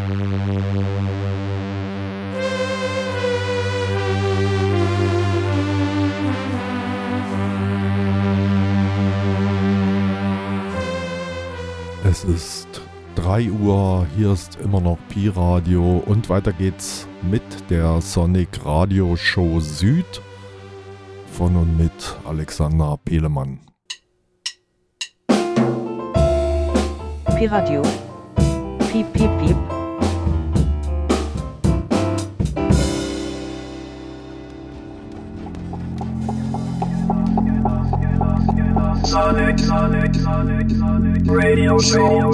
Es ist 3 Uhr, hier ist immer noch Pi Radio und weiter geht's mit der Sonic Radio Show Süd von und mit Alexander Pelemann. Pi Radio. Piep, piep, piep. Sonic Radio Show.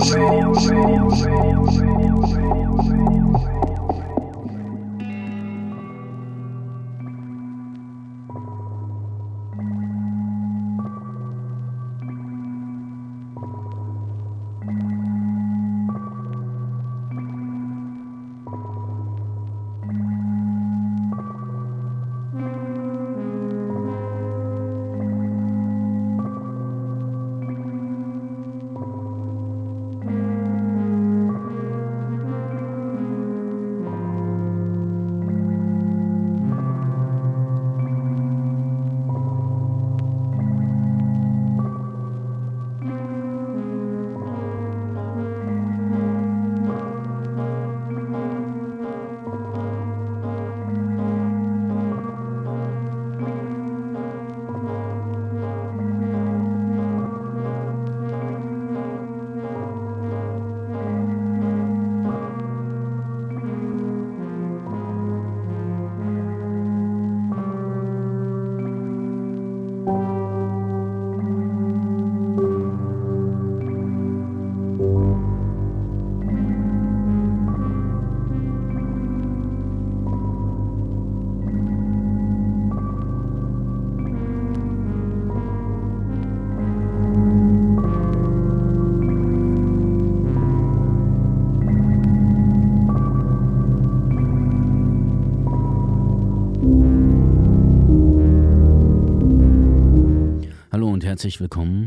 Herzlich willkommen.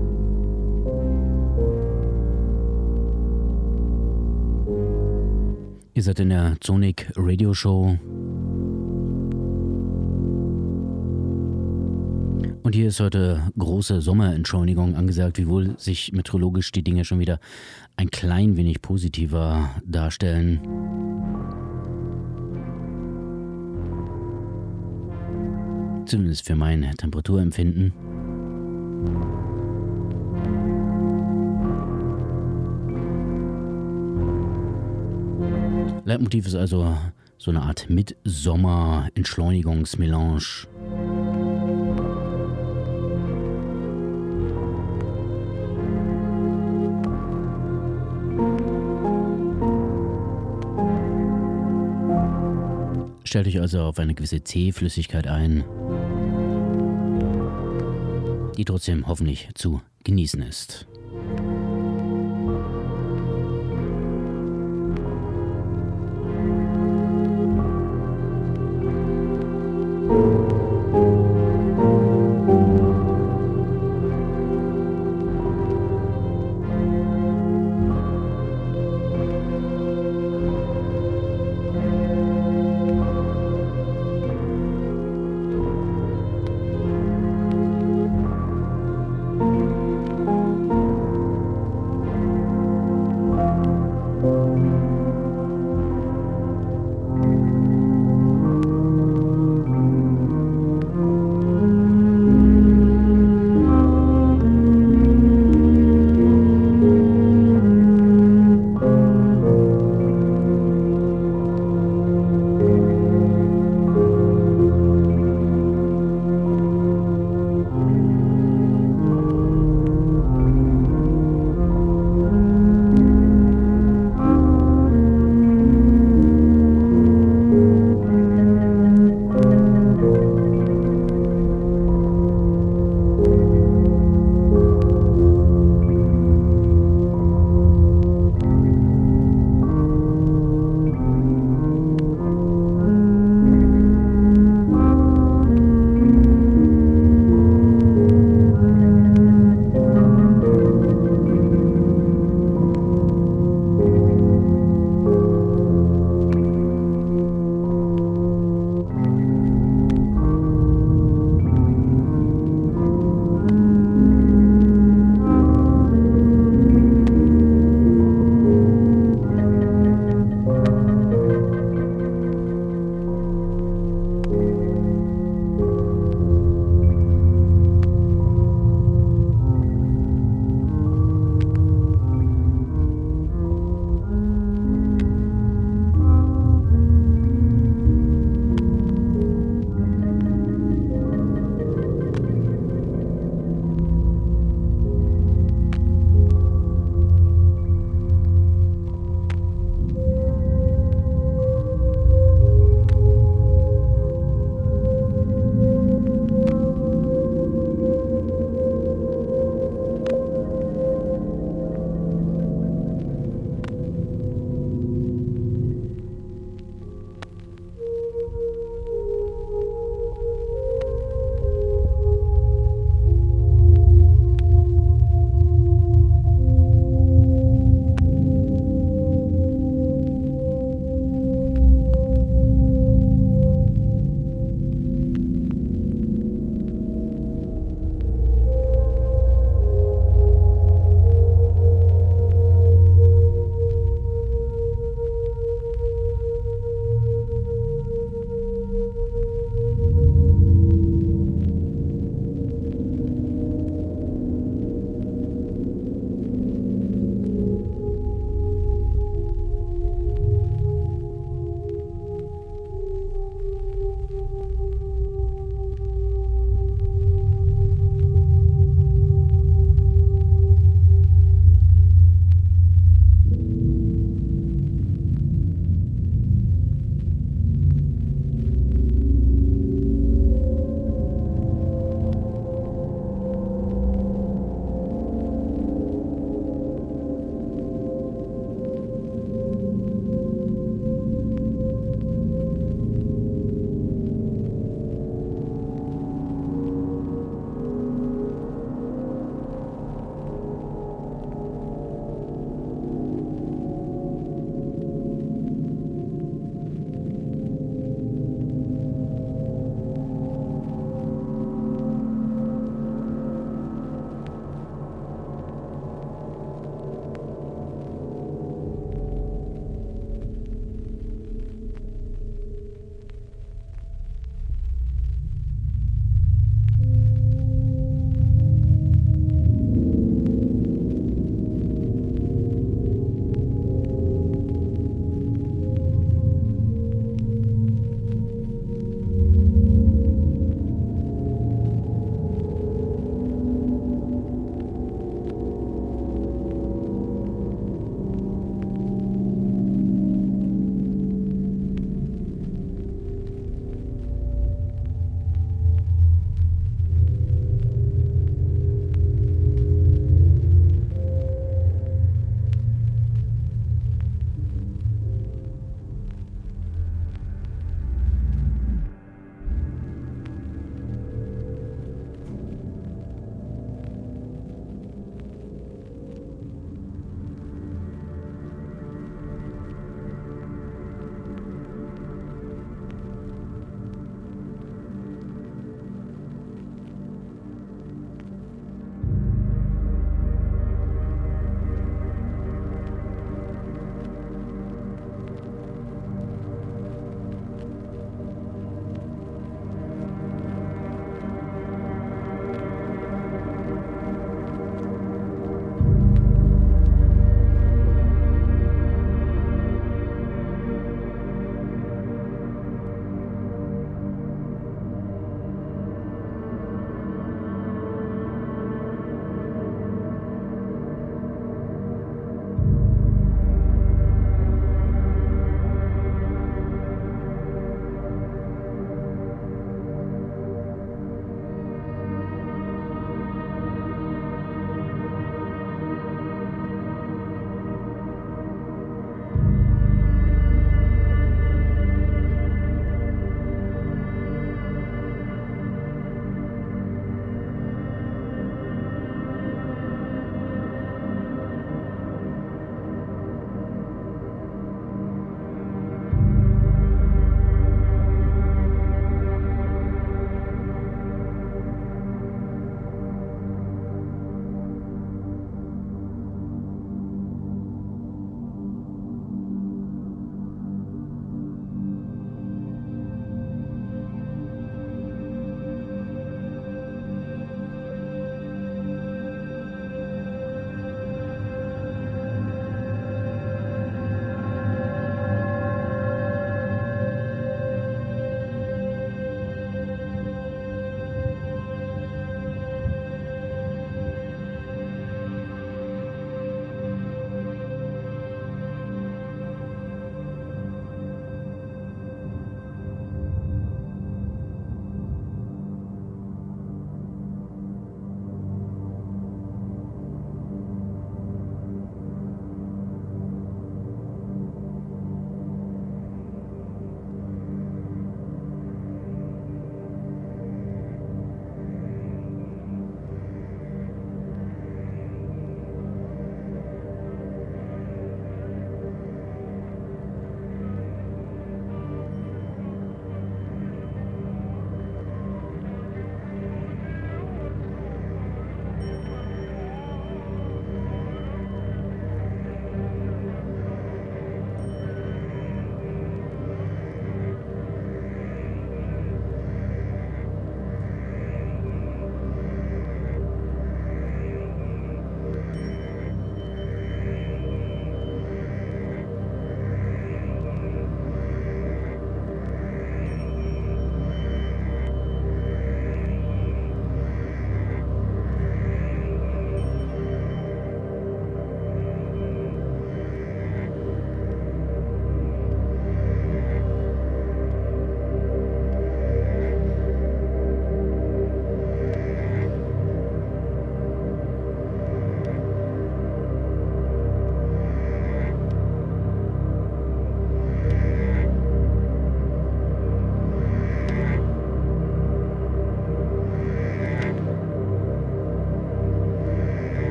Ihr seid in der Sonic Radio Show. Und hier ist heute große Sommerentschleunigung angesagt, wiewohl sich meteorologisch die Dinge schon wieder ein klein wenig positiver darstellen. Zumindest für mein Temperaturempfinden. Leitmotiv ist also so eine Art Mitsommer-Entschleunigungsmelange. Stellt euch also auf eine gewisse Teeflüssigkeit ein, die trotzdem hoffentlich zu genießen ist.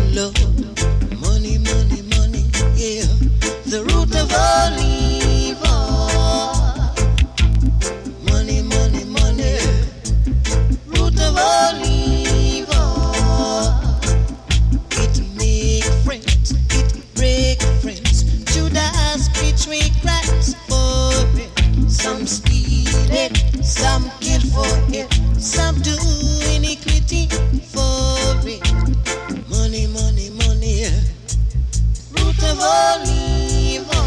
love. Money, money, money, yeah, the root of all evil. Money, money, money, root of all evil. It make friends, it break friends. Judas betray Christ for it. Some steal it, some kill for it, some do iniquity for it. Money, money, money, root of all evil.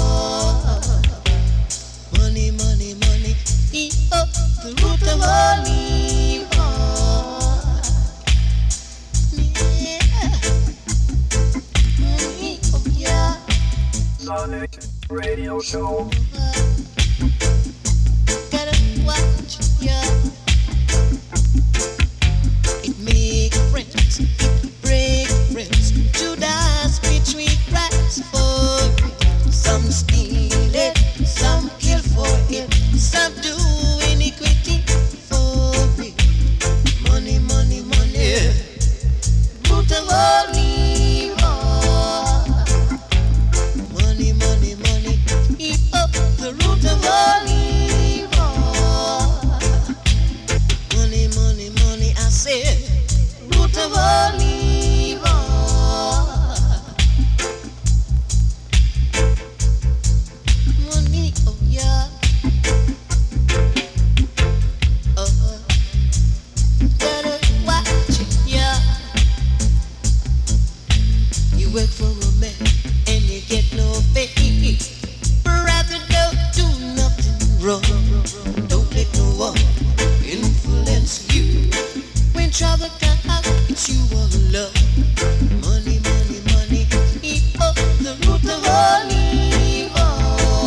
Money, money, money, oh, the root of all evil. Yeah. Oh, yeah. Sonic Radio Show. Gotta watch, yeah. It make friends, it break friends. Judas betray Christ for it. Some steal it, some kill for it, some do iniquity for it. Money, money, money, root of all evil. Money, money, money, oh, the root of all evil. Money, money, money, I said, root of all evil. Money, oh yeah. Better watch it, yeah. You work for a man and you get no pay. Rather don't do nothing wrong. Don't let no one influence you. When trouble comes, it's you alone. Money, money, money, oh, the root of all evil.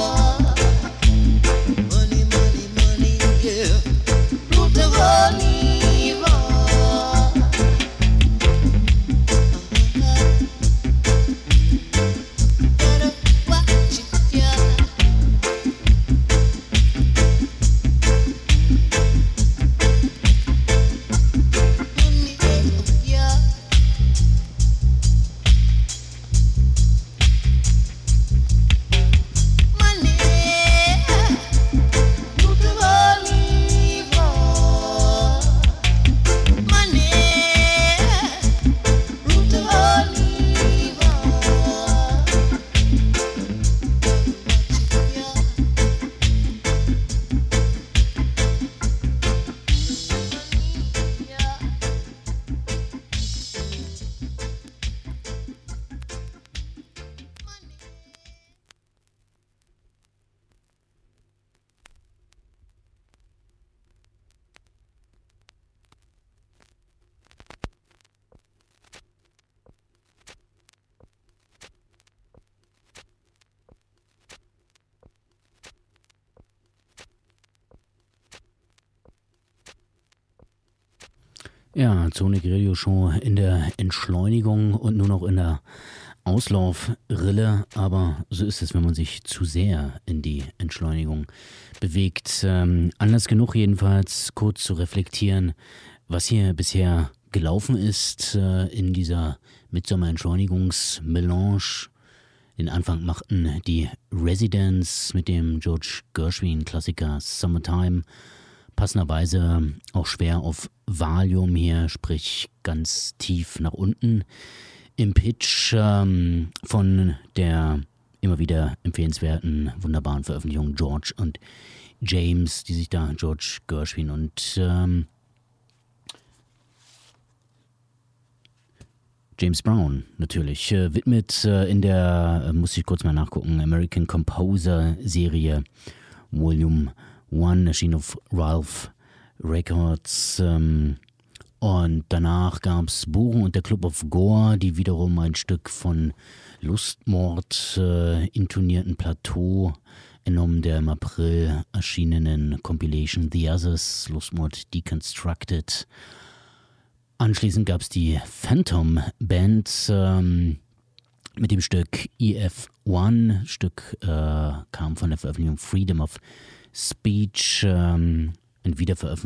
Money, money, money, yeah, root of all evil. Better watch it, yeah. Money, oh, yeah. Money, root of all evil. Money, root of all evil. Ja, Sonic Radio Show in der Entschleunigung und nur noch in der Auslaufrille, aber so ist es, wenn man sich zu sehr in die Entschleunigung bewegt. Anlass genug jedenfalls, kurz zu reflektieren, was hier bisher gelaufen ist in dieser Midsommer-Entschleunigungs-Melange. Den Anfang machten die Residents mit dem George Gershwin-Klassiker Summertime. Passenderweise auch schwer auf Valium hier, sprich ganz tief nach unten im Pitch von der immer wieder empfehlenswerten, wunderbaren Veröffentlichung George und James, die sich da George Gershwin und James Brown natürlich widmet in der, muss ich kurz mal nachgucken, American Composer Serie Volume 1, erschien auf Ralph Records. Und danach gab es Buren und der Club of Gore, die wiederum ein Stück von Lustmord intonierten Plateau entnommen der im April erschienenen Compilation The Others, Lustmord Deconstructed. Anschließend gab es die Phantom Band mit dem Stück EF1. Stück kam von der Veröffentlichung Freedom of Speech, eine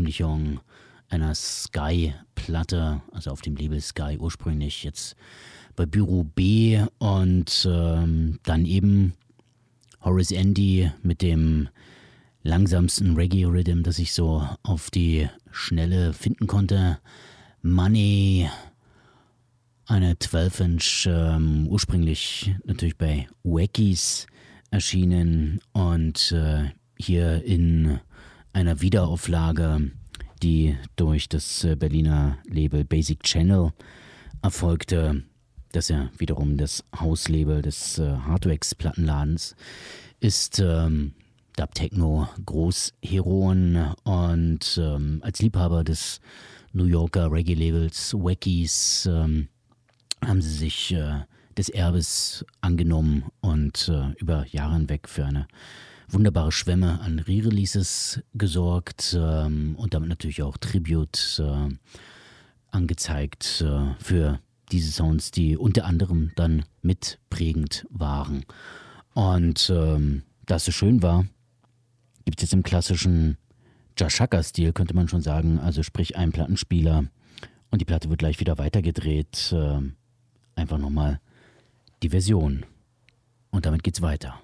Wiederveröffentlichung einer Sky-Platte, also auf dem Label Sky ursprünglich, jetzt bei Büro B und dann eben Horace Andy mit dem langsamsten Reggae-Rhythm, das ich so auf die Schnelle finden konnte. Money, eine 12-Inch, ursprünglich natürlich bei Wackies erschienen und hier in einer Wiederauflage, die durch das Berliner Label Basic Channel erfolgte, das ja wiederum das Hauslabel des Hardwax-Plattenladens ist. Dub Techno Großheroen und als Liebhaber des New Yorker Reggae-Labels Wackies haben sie sich des Erbes angenommen und über Jahre hinweg für eine wunderbare Schwemme an Re-Releases gesorgt und damit natürlich auch Tribute angezeigt für diese Sounds, die unter anderem dann mitprägend waren. Und da es so schön war, gibt es jetzt im klassischen Jashaka-Stil, könnte man schon sagen, also sprich ein Plattenspieler und die Platte wird gleich wieder weitergedreht. Einfach nochmal die Version. Und damit geht's weiter.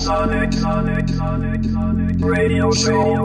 Radio Show.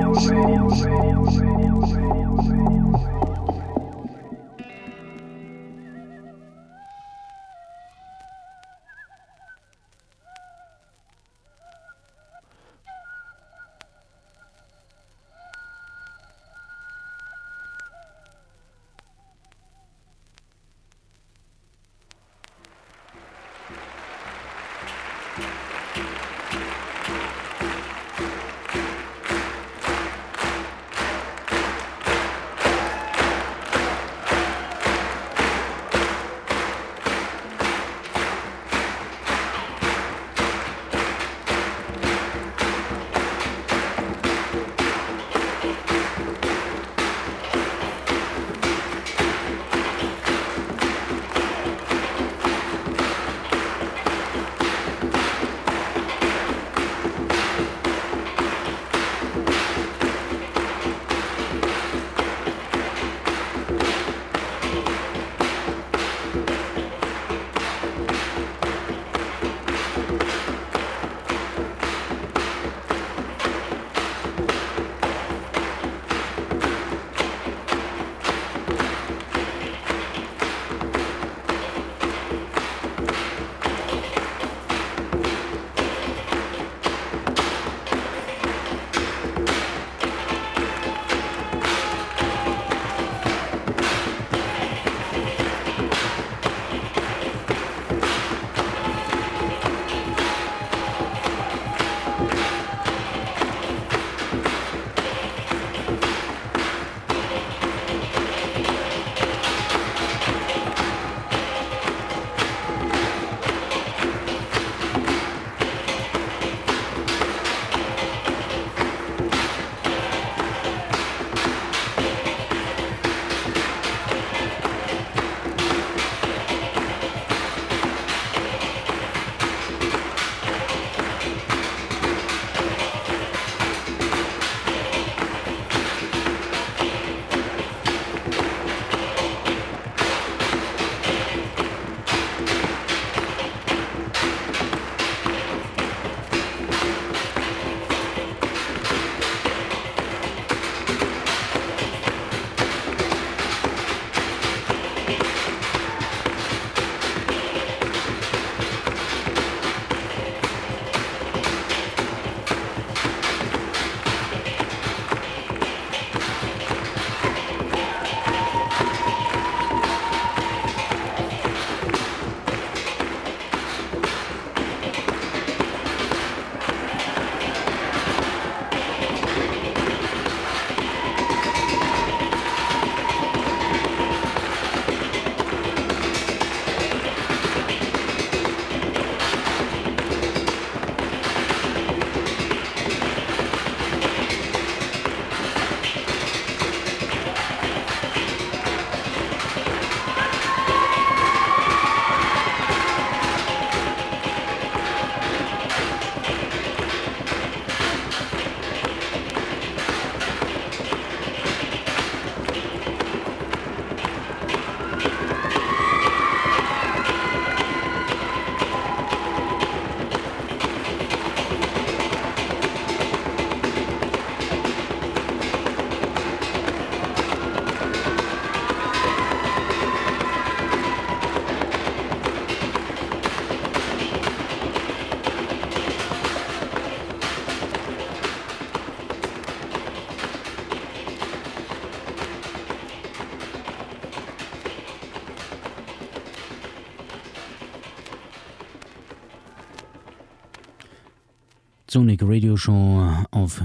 Sonic Radio Show auf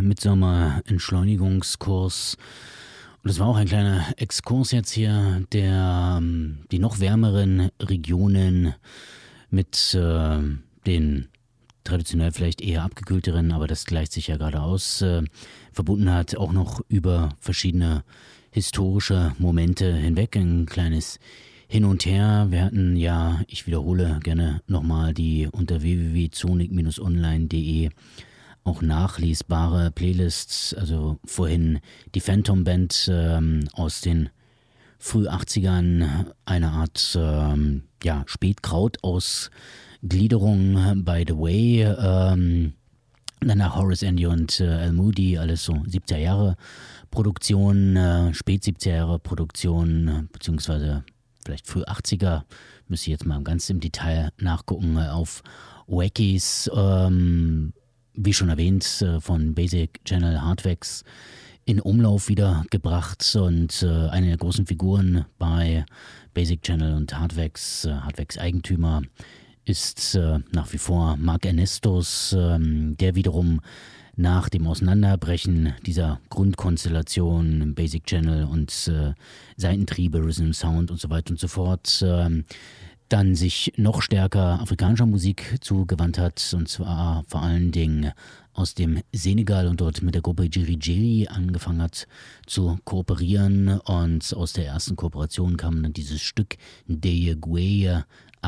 Mitsommer-Entschleunigungskurs. Und es war auch ein kleiner Exkurs jetzt hier, der die noch wärmeren Regionen mit den traditionell vielleicht eher abgekühlteren, aber das gleicht sich ja gerade aus, verbunden hat, auch noch über verschiedene historische Momente hinweg. Ein kleines Hin und Her. Wir hatten ja, ich wiederhole gerne nochmal, die unter www.sonic-online.de auch nachlesbare Playlists, also vorhin die Phantom Band aus den früh 80ern eine Art Spätkraut-Ausgliederung by the Way. Danach Horace Andy und Al Moody, alles so 70er Jahre Produktion, spät 70er Jahre Produktion, beziehungsweise vielleicht früh 80er, müsste ich jetzt mal ganz im Detail nachgucken, auf Wackies, wie schon erwähnt, von Basic Channel Hardwax in Umlauf wieder gebracht und eine der großen Figuren bei Basic Channel und Hardwax Eigentümer ist nach wie vor Mark Ernestos, der wiederum nach dem Auseinanderbrechen dieser Grundkonstellation Basic Channel und Seitentriebe, Rhythm Sound und so weiter und so fort, dann sich noch stärker afrikanischer Musik zugewandt hat, und zwar vor allen Dingen aus dem Senegal und dort mit der Gruppe Jiri Jiri angefangen hat zu kooperieren, und aus der ersten Kooperation kam dann dieses Stück Deye Gueye,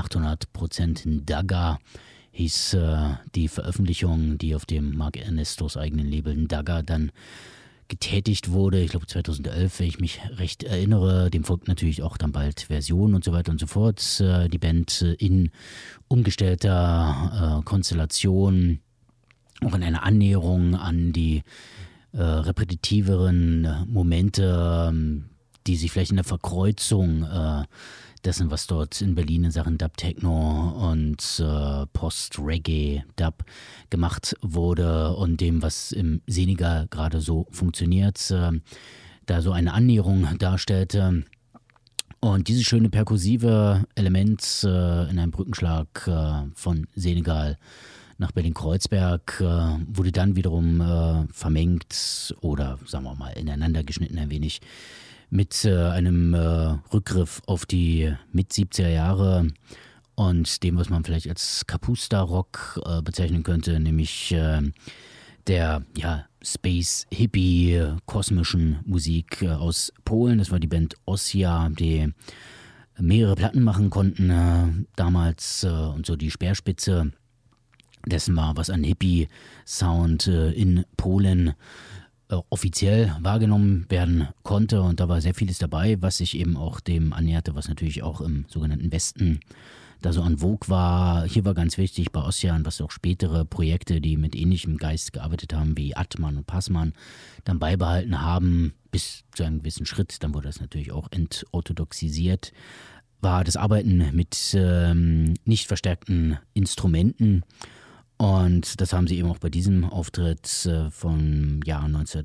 800% Daga hieß die Veröffentlichung, die auf dem Mark Ernestos eigenen Label Daga dann getätigt wurde. Ich glaube 2011, wenn ich mich recht erinnere. Dem folgt natürlich auch dann bald Version und so weiter und so fort. Die Band in umgestellter Konstellation, auch in einer Annäherung an die repetitiveren Momente, die sich vielleicht in der Verkreuzung dessen, was dort in Berlin in Sachen Dub-Techno und Post-Reggae-Dub gemacht wurde und dem, was im Senegal gerade so funktioniert, da so eine Annäherung darstellte. Und dieses schöne perkussive Element in einem Brückenschlag von Senegal nach Berlin-Kreuzberg wurde dann wiederum vermengt oder, sagen wir mal, ineinander geschnitten ein wenig mit einem Rückgriff auf die Mit-70er Jahre und dem, was man vielleicht als Kapusta-Rock bezeichnen könnte, nämlich der Space-Hippie, kosmischen Musik aus Polen. Das war die Band Ossia, die mehrere Platten machen konnten damals und so die Speerspitze dessen war, was an Hippie-Sound in Polen offiziell wahrgenommen werden konnte, und da war sehr vieles dabei, was sich eben auch dem annäherte, was natürlich auch im sogenannten Westen da so en vogue war. Hier war ganz wichtig bei Ossian, was auch spätere Projekte, die mit ähnlichem Geist gearbeitet haben, wie Atman und Passmann, dann beibehalten haben, bis zu einem gewissen Schritt, dann wurde das natürlich auch entorthodoxisiert, war das Arbeiten mit nicht verstärkten Instrumenten. Und das haben sie eben auch bei diesem Auftritt vom Jahr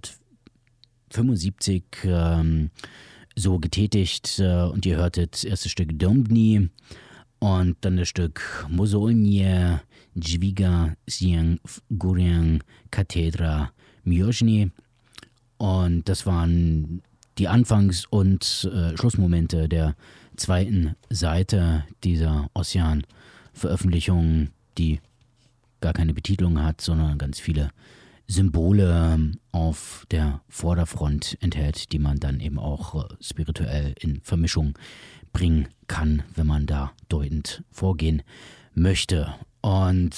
1975 so getätigt. Und ihr hörtet das erste Stück Dombni und dann das Stück Mozolnie, Dźwiga się w górę katedra miłości. Und das waren die Anfangs- und Schlussmomente der zweiten Seite dieser Ossian-Veröffentlichung, die gar keine Betitelung hat, sondern ganz viele Symbole auf der Vorderfront enthält, die man dann eben auch spirituell in Vermischung bringen kann, wenn man da deutend vorgehen möchte. Und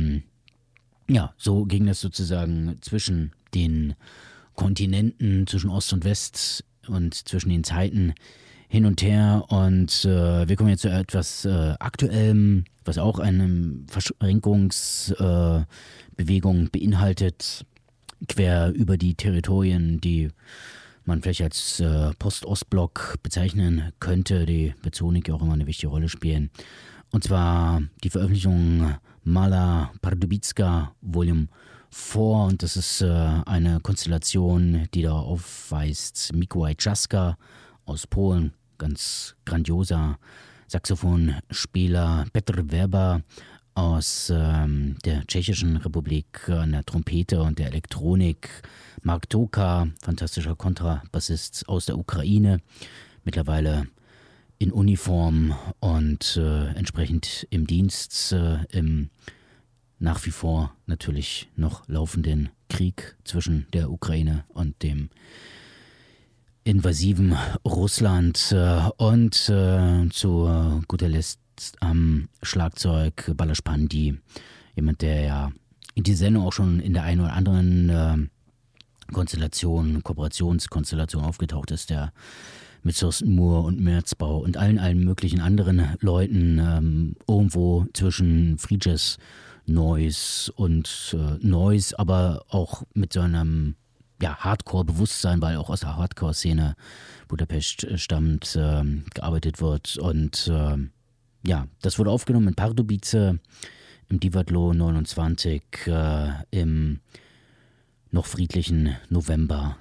so ging das sozusagen zwischen den Kontinenten, zwischen Ost und West und zwischen den Zeiten hin und her. Und wir kommen jetzt zu etwas Aktuellem, was auch eine Verschränkungsbewegung beinhaltet, quer über die Territorien, die man vielleicht als Post-Ostblock bezeichnen könnte, die bei Sonic auch immer eine wichtige Rolle spielen. Und zwar die Veröffentlichung Mala Pardubicka Volume 4, und das ist eine Konstellation, die da aufweist Mikołaj Czaska aus Polen, ganz grandioser Saxophonspieler, Petr Weber aus der Tschechischen Republik an der Trompete und der Elektronik, Mark Toka, fantastischer Kontrabassist aus der Ukraine, mittlerweile in Uniform und entsprechend im Dienst im nach wie vor natürlich noch laufenden Krieg zwischen der Ukraine und dem invasiven Russland, und zu guter Letzt am Schlagzeug Balázs Pandi, jemand, der ja in dieser Sendung auch schon in der einen oder anderen Kooperationskonstellation aufgetaucht ist, der mit Thurston Moore und Merzbau und allen möglichen anderen Leuten irgendwo zwischen Free Jazz, Noise und Noise, aber auch mit so einem Hardcore-Bewusstsein, weil auch aus der Hardcore-Szene Budapest stammt, gearbeitet wird. Und das wurde aufgenommen in Pardubice im Divadlo 29 im noch friedlichen November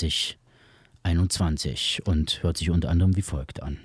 2021 und hört sich unter anderem wie folgt an.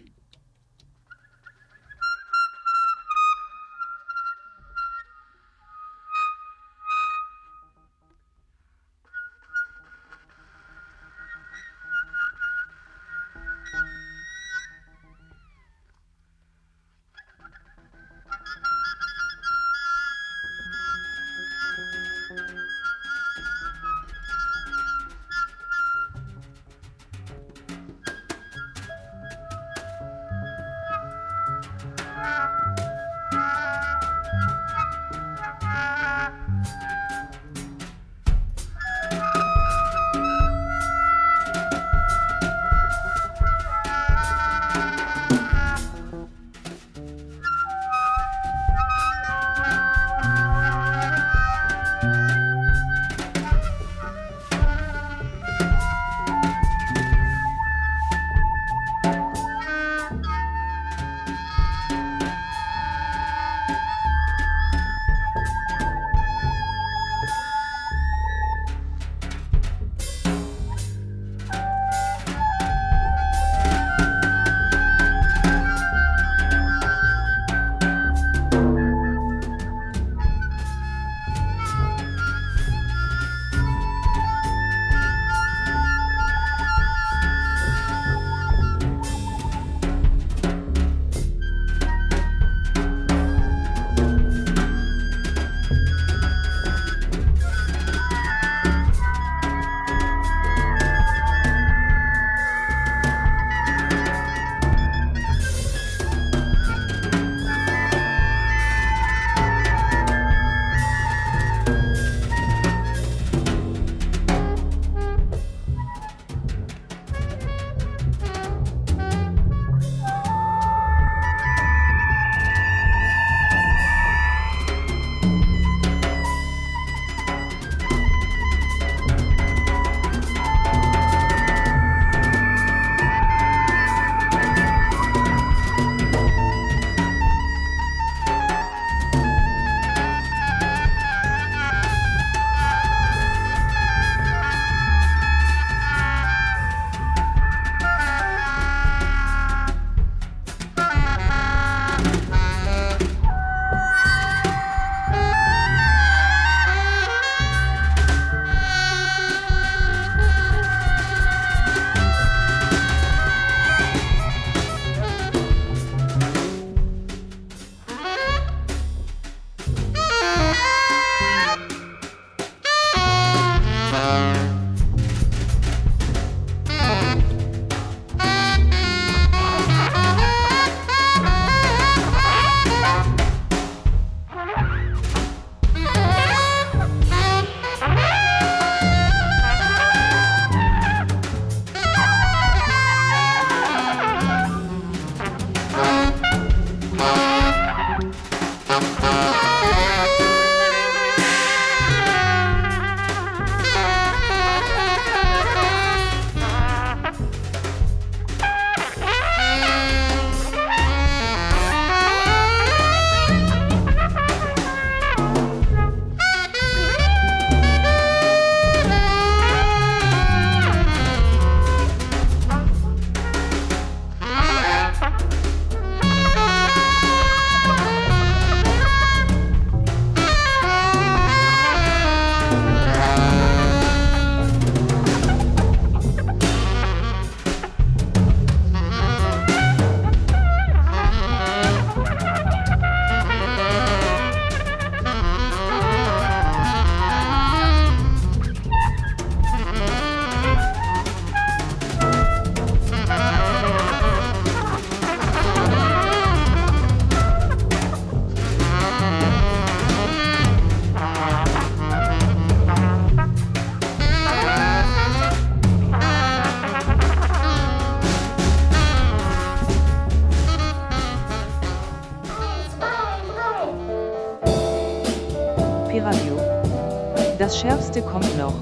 Pi-Radio. Das Schärfste kommt noch.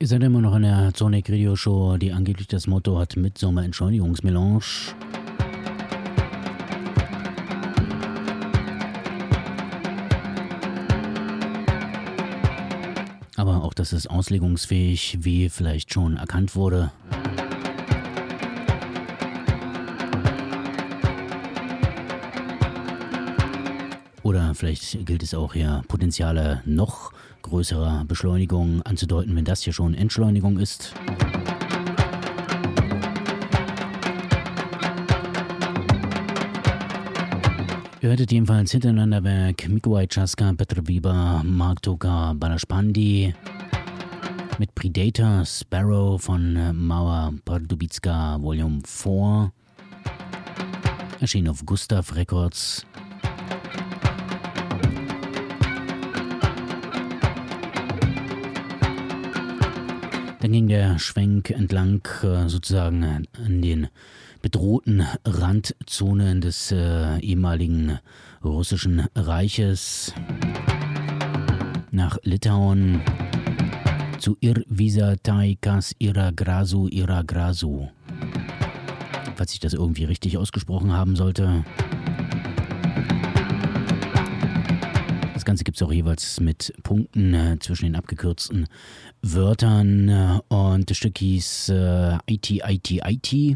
Ihr seid immer noch in der Sonic Radio Show, die angeblich das Motto hat Midsommer Entschleunigungsmelange. Aber auch das ist auslegungsfähig, wie vielleicht schon erkannt wurde. Oder vielleicht gilt es auch hier, Potenziale noch größerer Beschleunigung anzudeuten, wenn das hier schon Entschleunigung ist. Ihr hörtet jedenfalls hintereinander weg Mikołaj Czaska, Petr Weber, Mark Toka, Balázs Pandi mit Predator, Sparrow von Mała Pardubicka Volume 4, erschien auf Gustav Records. Dann ging der Schwenk entlang sozusagen an den bedrohten Randzonen des ehemaligen russischen Reiches nach Litauen zu Ir-Visa Taikas Iragrasu Iragrasu. Falls ich das irgendwie richtig ausgesprochen haben sollte. Das Ganze gibt es auch jeweils mit Punkten zwischen den abgekürzten Wörtern und das Stück hieß IT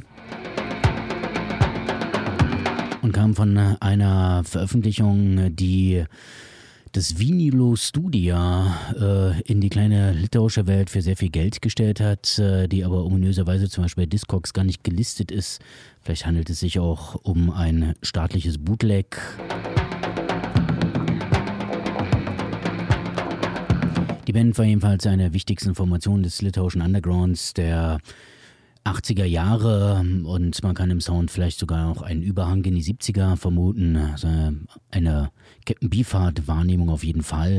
und kam von einer Veröffentlichung, die das Vinilo Studia in die kleine litauische Welt für sehr viel Geld gestellt hat, die aber ominöserweise zum Beispiel bei Discogs gar nicht gelistet ist. Vielleicht handelt es sich auch um ein staatliches Bootleg. Die Band war jedenfalls eine der wichtigsten Formationen des litauischen Undergrounds der 80er Jahre und man kann im Sound vielleicht sogar noch einen Überhang in die 70er vermuten. Also eine Captain Beefheart-Wahrnehmung auf jeden Fall.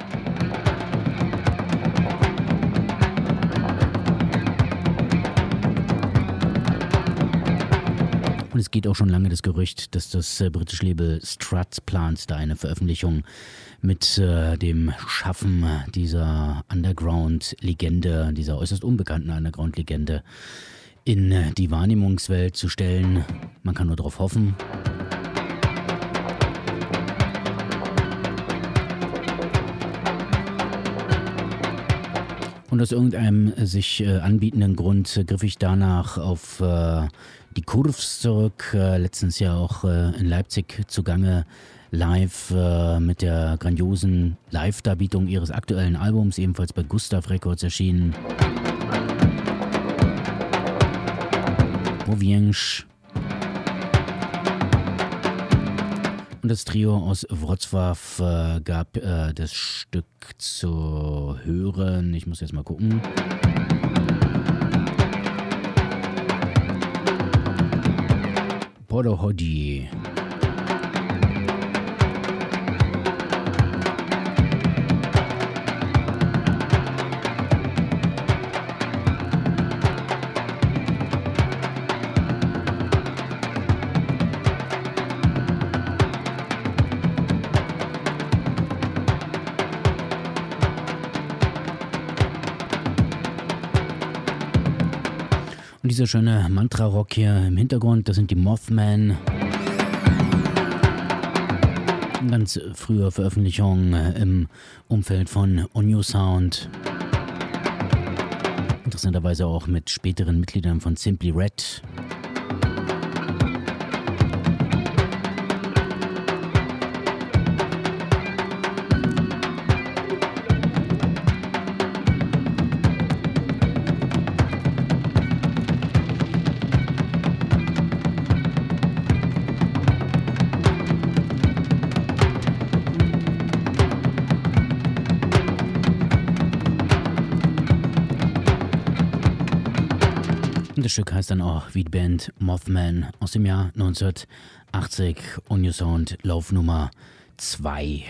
Und es geht auch schon lange das Gerücht, dass das britische Label Struts plant, da eine Veröffentlichung mit dem Schaffen dieser Underground-Legende, dieser äußerst unbekannten Underground-Legende in die Wahrnehmungswelt zu stellen. Man kann nur darauf hoffen. Und aus irgendeinem sich anbietenden Grund griff ich danach auf die Kurvs zurück, letztens ja auch in Leipzig zugange, live mit der grandiosen Live-Darbietung ihres aktuellen Albums, ebenfalls bei Gustav Records erschienen. Powięcz. Und das Trio aus Wrocław gab das Stück zu hören. Ich muss jetzt mal gucken. Podhohodí. Und dieser schöne Mantra-Rock hier im Hintergrund, das sind die Mothman. Eine ganz frühe Veröffentlichung im Umfeld von Onyo Sound. Interessanterweise auch mit späteren Mitgliedern von Simply Red. Das Stück heißt dann auch wie die Band Mothman aus dem Jahr 1980, Onyo Sound, Laufnummer 2.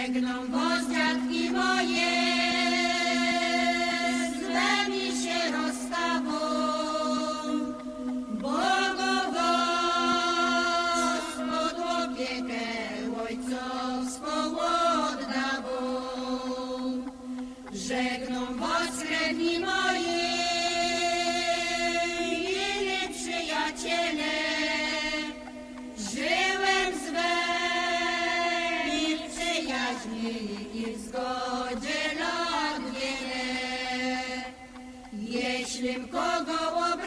Żegnam was, dziadki moje, z wami się rozstawą, Bogo was pod opiekę ojcowską oddawą. Żegnam was, krewni moi, mili przyjaciele, żyłem z wami w przyjaźni i w zgodzie lat wiele. Jeślim kogo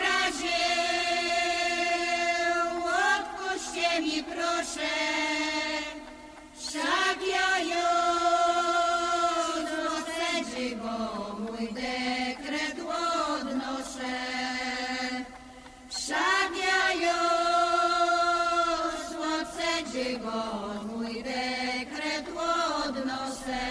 obraził, odpuśćcie mi proszę, wszak ja już złosedzie, bo mój dekret odnoszę. Wszak ja już złosedzie, bo mój dekret odnoszę.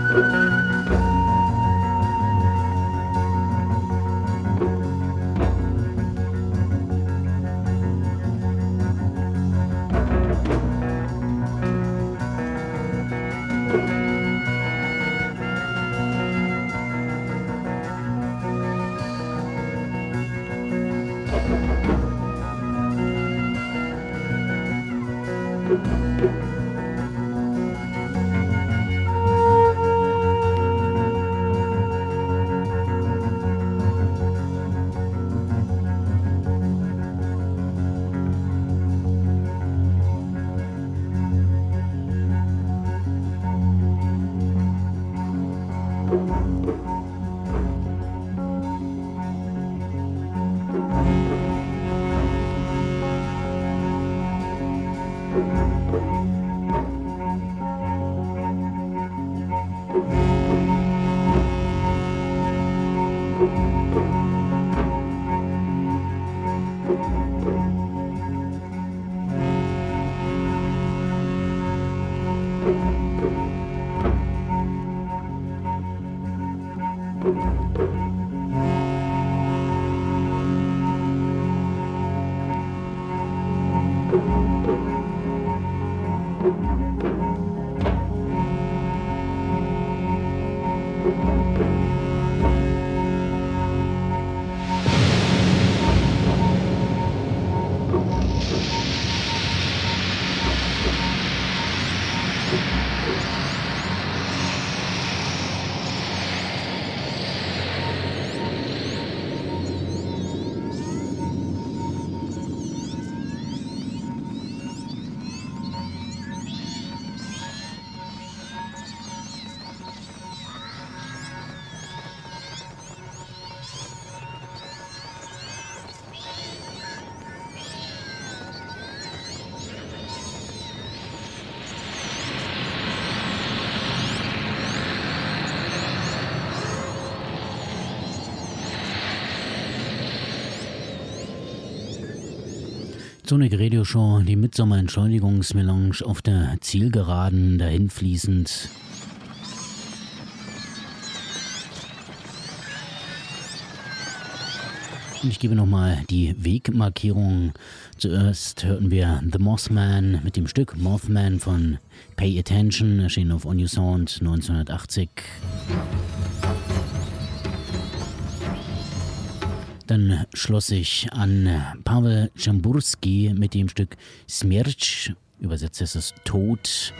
Sonic Radio Show, die Mitsommer-Entschuldigungsmelange auf der Zielgeraden dahinfließend. Und ich gebe nochmal die Wegmarkierung. Zuerst hörten wir The Mothman mit dem Stück Mothman von Pay Attention, erschienen auf On Your Sound 1980. Dann schloss ich an Paweł Jamburski mit dem Stück Śmierć, übersetzt ist es Tod.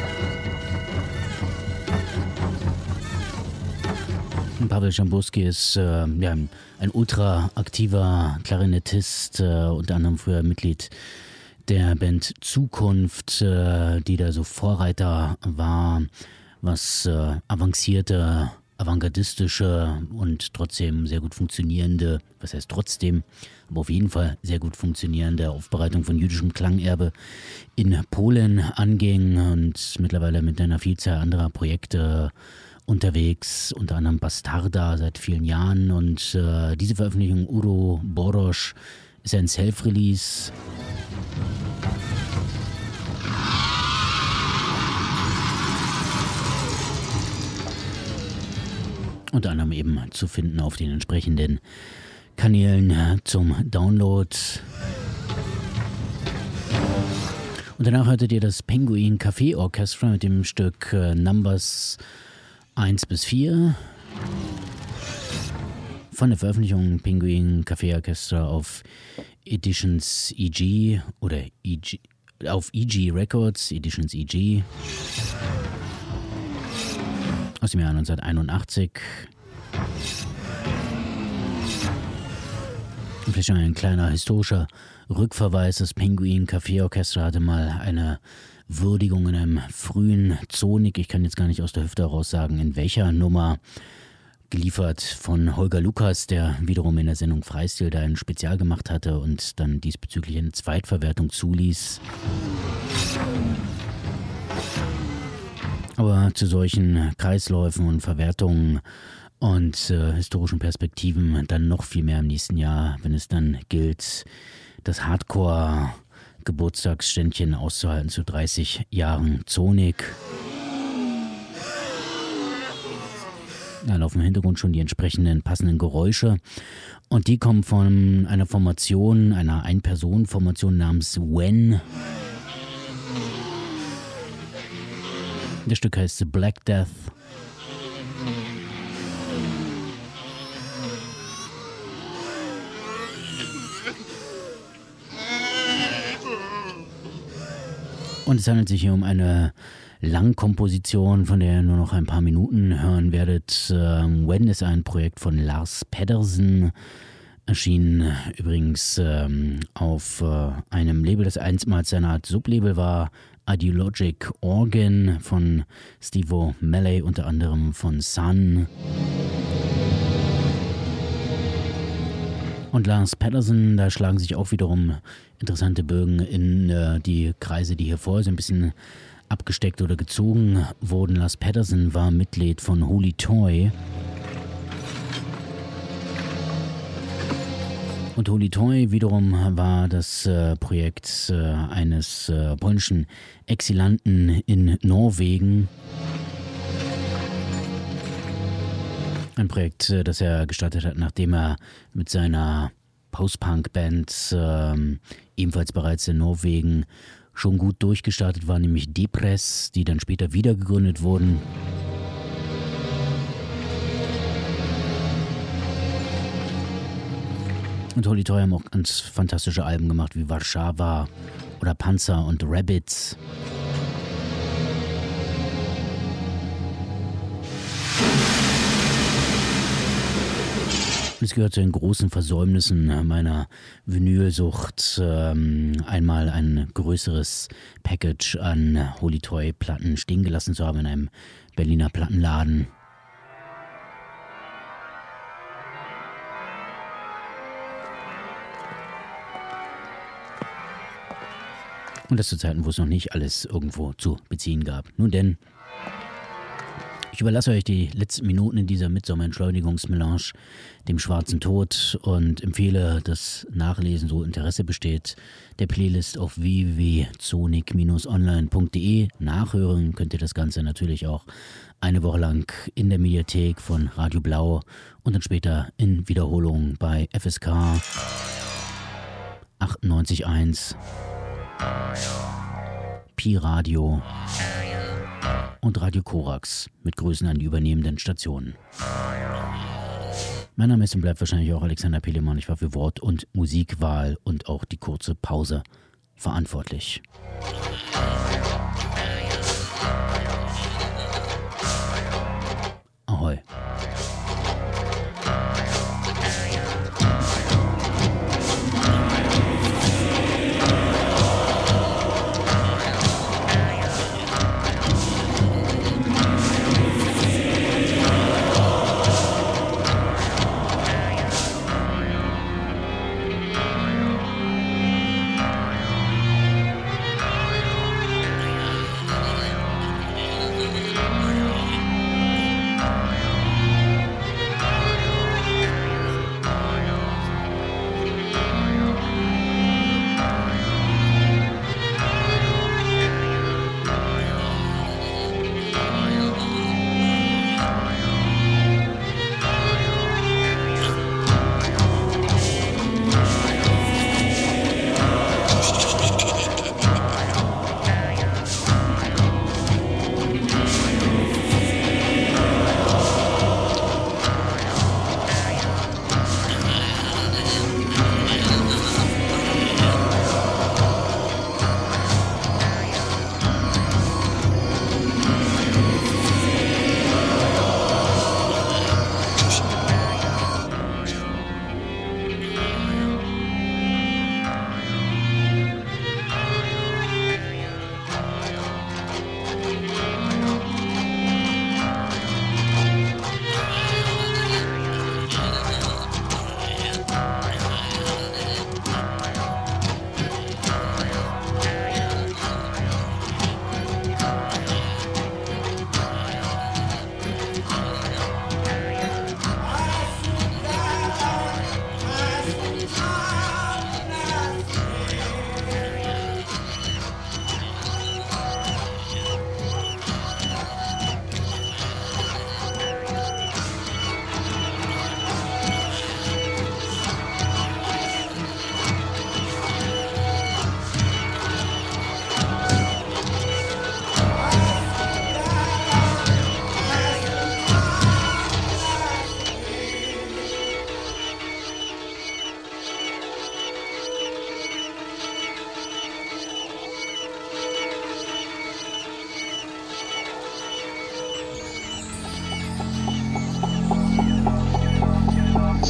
Paweł Jamburski ist ein ultra aktiver Klarinettist, unter anderem früher Mitglied der Band Zukunft, die da so Vorreiter war, was avancierte, avantgardistische und trotzdem sehr gut funktionierende, was heißt trotzdem, aber auf jeden Fall sehr gut funktionierende Aufbereitung von jüdischem Klangerbe in Polen anging und mittlerweile mit einer Vielzahl anderer Projekte unterwegs, unter anderem Bastarda seit vielen Jahren und diese Veröffentlichung Uroboros ist ein Self-Release. Unter anderem eben zu finden auf den entsprechenden Kanälen zum Download. Und danach hörtet ihr das Penguin Café Orchestra mit dem Stück Numbers 1 bis 4 von der Veröffentlichung Penguin Café Orchestra auf Editions EG oder EG, auf EG Records, Editions EG. Aus dem Jahr 1981. Und vielleicht noch ein kleiner historischer Rückverweis. Das Penguin Café Orchestra hatte mal eine Würdigung in einem frühen Sonic, ich kann jetzt gar nicht aus der Hüfte heraus sagen, in welcher Nummer, geliefert von Holger Lukas, der wiederum in der Sendung Freistil da ein Spezial gemacht hatte und dann diesbezüglich eine Zweitverwertung zuließ. Aber zu solchen Kreisläufen und Verwertungen und historischen Perspektiven dann noch viel mehr im nächsten Jahr, wenn es dann gilt, das Hardcore-Geburtstagsständchen auszuhalten zu 30 Jahren Sonic. Da laufen im Hintergrund schon die entsprechenden passenden Geräusche. Und die kommen von einer Formation, einer Ein-Personen-Formation namens When. Das Stück heißt The Black Death. Und es handelt sich hier um eine Langkomposition, von der ihr nur noch ein paar Minuten hören werdet. When ist ein Projekt von Lars Pedersen, erschien übrigens auf einem Label, das einstmals eine Art Sublabel war, Ideologic Organ von Steve O'Malley, unter anderem von Sun. Und Lars Pedersen, da schlagen sich auch wiederum interessante Bögen in die Kreise, die hier vorher so ein bisschen abgesteckt oder gezogen wurden. Lars Pedersen war Mitglied von Holy Toy. Und Holy Toy wiederum war das Projekt eines polnischen Exilanten in Norwegen. Ein Projekt, das er gestartet hat, nachdem er mit seiner Post-Punk-Band ebenfalls bereits in Norwegen schon gut durchgestartet war, nämlich Depress, die dann später wieder gegründet wurden. Und Holy Toy haben auch ganz fantastische Alben gemacht, wie Warszawa oder Panzer und Rabbits. Es gehört zu den großen Versäumnissen meiner Vinylsucht, einmal ein größeres Package an Holy Toy-Platten stehen gelassen zu haben in einem Berliner Plattenladen. Und das zu Zeiten, wo es noch nicht alles irgendwo zu beziehen gab. Nun denn, ich überlasse euch die letzten Minuten in dieser Midsommer-Entschleunigungsmelange dem Schwarzen Tod und empfehle das Nachlesen, so Interesse besteht, der Playlist auf www.sonic-online.de. Nachhören könnt ihr das Ganze natürlich auch eine Woche lang in der Mediathek von Radio Blau und dann später in Wiederholung bei FSK 98.1, Pi Radio und Radio Korax mit Grüßen an die übernehmenden Stationen. Mein Name ist und bleibt wahrscheinlich auch Alexander Pelemann. Ich war für Wort- und Musikwahl und auch die kurze Pause verantwortlich. Ahoi.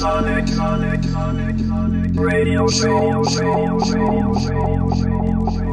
Radio Show.